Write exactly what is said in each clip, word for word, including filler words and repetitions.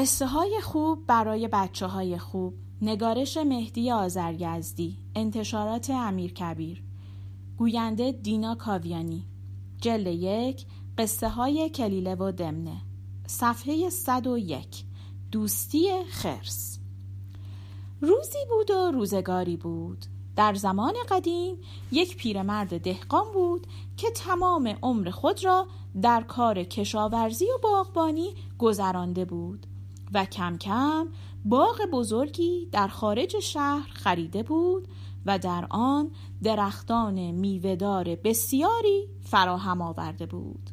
قصه های خوب برای بچه های خوب. نگارش مهدی آذریزدی. انتشارات امیرکبیر. گوینده دینا کاویانی. جلد یک. قصه های کلیله و دمنه. صفحه صد و یک. دوستی خرس. روزی بود و روزگاری بود. در زمان قدیم یک پیرمرد دهقان بود که تمام عمر خود را در کار کشاورزی و باغبانی گذرانده بود و کم کم باغ بزرگی در خارج شهر خریده بود و در آن درختان میوه‌دار بسیاری فراهم آورده بود.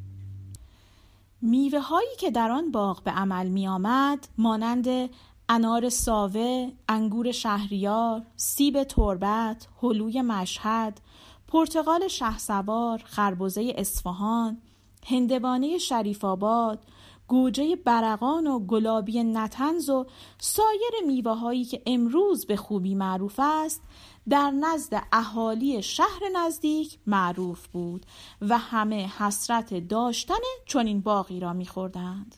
میوه هایی که در آن باغ به عمل می آمد مانند انار ساوه، انگور شهریار، سیب تربت، هلوی مشهد، پرتقال شهسوار، خربزه اصفهان، هندوانه شریف آباد، گوجه برقان و گلابی نتنز و سایر میوه هایی که امروز به خوبی معروف است در نزد اهالی شهر نزدیک معروف بود و همه حسرت داشتن چنین باغی را می‌خوردند.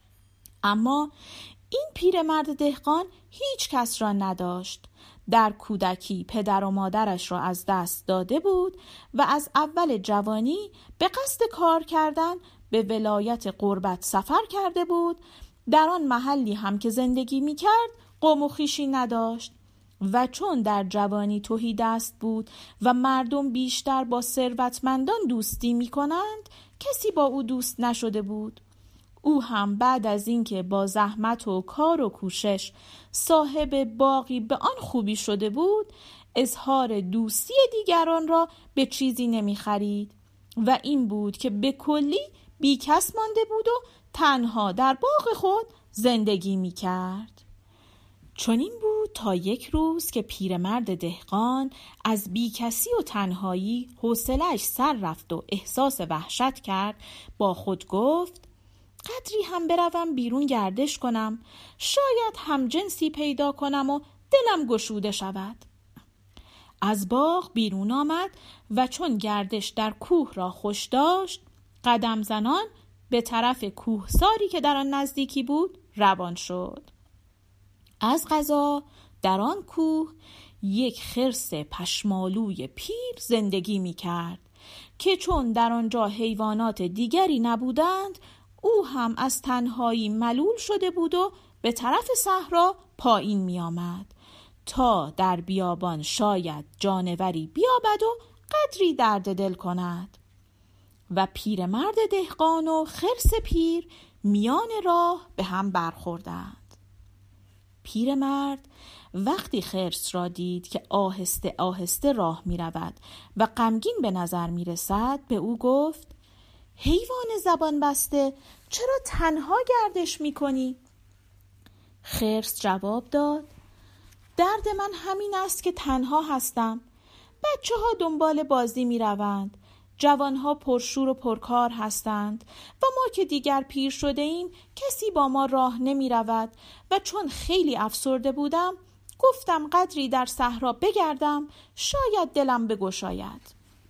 اما این پیرمرد دهقان هیچ کس را نداشت. در کودکی پدر و مادرش را از دست داده بود و از اول جوانی به قصد کار کردن به ولایت غربت سفر کرده بود. در آن محلی هم که زندگی می کرد قوم و خویشی نداشت و چون در جوانی تهیدست بود و مردم بیشتر با ثروتمندان دوستی می کنند کسی با او دوست نشده بود. او هم بعد از اینکه با زحمت و کار و کوشش صاحب باغی به آن خوبی شده بود اظهار دوستی دیگران را به چیزی نمی خرید و این بود که به کلی بی کس مانده بود و تنها در باغ خود زندگی می کرد. چون این بود تا یک روز که پیرمرد دهقان از بی کسی و تنهایی حوصله‌اش سر رفت و احساس وحشت کرد، با خود گفت قدری هم بروم بیرون گردش کنم، شاید هم جنسی پیدا کنم و دلم گشوده شود. از باغ بیرون آمد و چون گردش در کوه را خوش داشت قدم زنان به طرف کوهساری که در آن نزدیکی بود روان شد. از قضا در آن کوه یک خرس پشمالوی پیر زندگی می کرد که چون در آنجا حیوانات دیگری نبودند او هم از تنهایی ملول شده بود و به طرف صحرا پایین می آمد تا در بیابان شاید جانوری بیابد و قدری درد دل کند. و پیرمرد دهقان و خرس پیر میان راه به هم برخوردند. پیرمرد وقتی خرس را دید که آهسته آهسته راه می رود و غمگین به نظر می رسد به او گفت حیوان زبان بسته، چرا تنها گردش می کنی؟ خرس جواب داد درد من همین است که تنها هستم. بچه ها دنبال بازی می روند، جوان ها پرشور و پرکار هستند و ما که دیگر پیر شده ایم کسی با ما راه نمی رود و چون خیلی افسرده بودم گفتم قدری در صحرا بگردم شاید دلم بگشاید.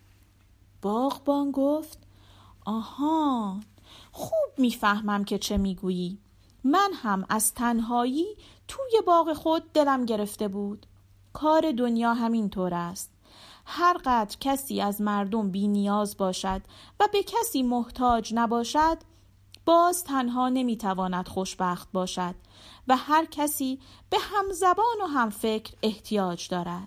باغبان گفت آها، خوب میفهمم که چه میگویی. من هم از تنهایی توی باغ خود دلم گرفته بود. کار دنیا همین طور است. هر قدر کسی از مردم بی نیاز باشد و به کسی محتاج نباشد باز تنها نمیتواند خوشبخت باشد و هر کسی به هم زبان و هم فکر احتیاج دارد.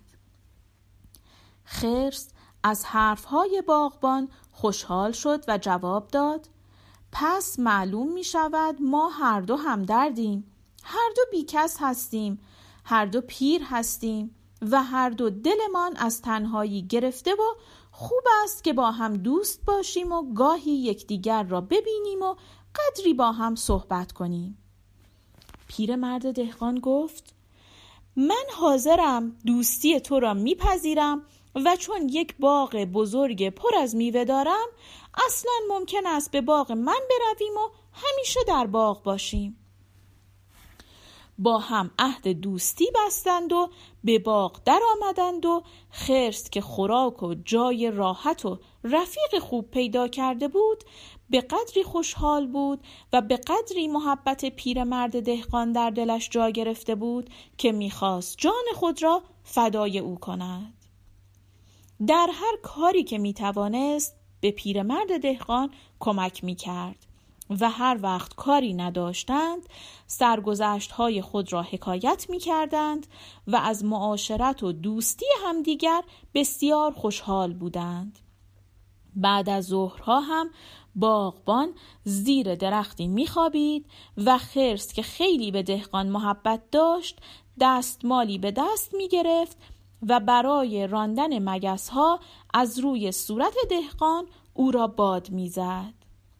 خرس از حرفهای باغبان خوشحال شد و جواب داد پس معلوم می شود ما هر دو همدردیم، هر دو بیکس هستیم، هر دو پیر هستیم و هر دو دلمان از تنهایی گرفته و خوب است که با هم دوست باشیم و گاهی یکدیگر را ببینیم و قدری با هم صحبت کنیم. پیرمرد دهقان گفت من حاضرم دوستی تو را میپذیرم و چون یک باغ بزرگ پر از میوه دارم اصلا ممکن است به باغ من برویم و همیشه در باغ باشیم. با هم عهد دوستی بستند و به باغ در آمدند و خرس که خوراک و جای راحت و رفیق خوب پیدا کرده بود به قدری خوشحال بود و به قدری محبت پیرمرد دهقان در دلش جا گرفته بود که می‌خواست جان خود را فدای او کند. در هر کاری که می‌توانست به پیرمرد دهقان کمک می‌کرد و هر وقت کاری نداشتند سرگذشت‌های خود را حکایت می‌کردند و از معاشرت و دوستی همدیگر بسیار خوشحال بودند. بعد از ظهرها هم باغبان زیر درختی می‌خوابید و خرس که خیلی به دهقان محبت داشت دستمالی به دست می‌گرفت و برای راندن مگس‌ها از روی صورت دهقان او را باد می‌زد.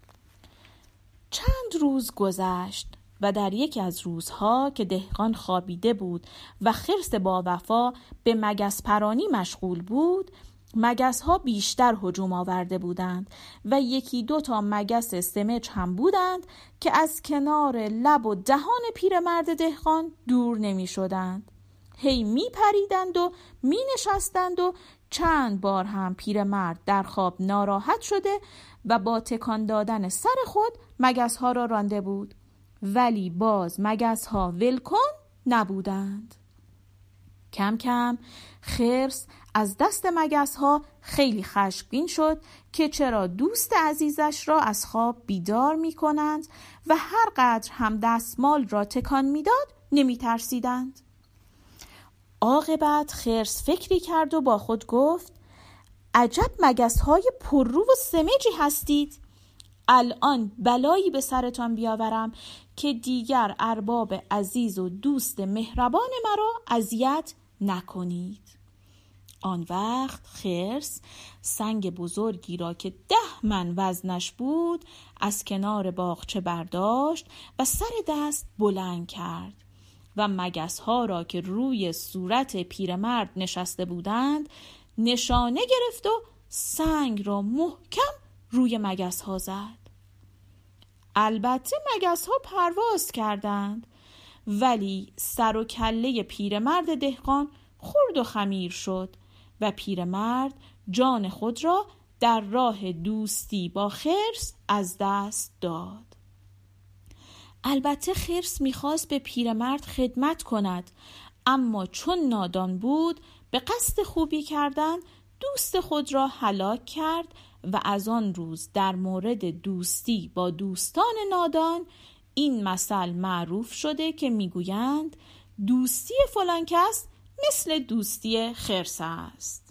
چند روز گذشت و در یکی از روزها که دهقان خوابیده بود و خرس با وفا به مگس پرانی مشغول بود، مگس ها بیشتر هجوم آورده بودند و یکی دو تا مگس سمج هم بودند که از کنار لب و دهان پیرمرد دهقان دور نمی شدند. هی می پریدند و می نشستند و چند بار هم پیرمرد در خواب ناراحت شده و با تکان دادن سر خود مگس ها را رانده بود، ولی باز مگس ها ولکن نبودند. کم کم خرس از دست مگس ها خیلی خشمگین شد که چرا دوست عزیزش را از خواب بیدار می کنند و هر قدر هم دستمال را تکان می داد نمی ترسیدند. عاقبت خرس فکری کرد و با خود گفت عجب مگس های پررو و سمجی هستید. الان بلایی به سرتان بیاورم که دیگر ارباب عزیز و دوست مهربان مرا اذیت نکنید. آن وقت خرس سنگ بزرگی را که ده من وزنش بود از کنار باغچه برداشت و سر دست بلند کرد و مگس ها را که روی صورت پیرمرد نشسته بودند نشانه گرفت و سنگ را محکم روی مگس ها زد. البته مگس ها پرواز کردند، ولی سر و کله پیرمرد دهقان خرد و خمیر شد و پیرمرد جان خود را در راه دوستی با خرس از دست داد. البته خرس میخواست به پیرمرد خدمت کند، اما چون نادان بود به قصد خوبی کردن دوست خود را هلاک کرد و از آن روز در مورد دوستی با دوستان نادان این مثل معروف شده که میگویند دوستی فلان کس مثل دوستی خرس است.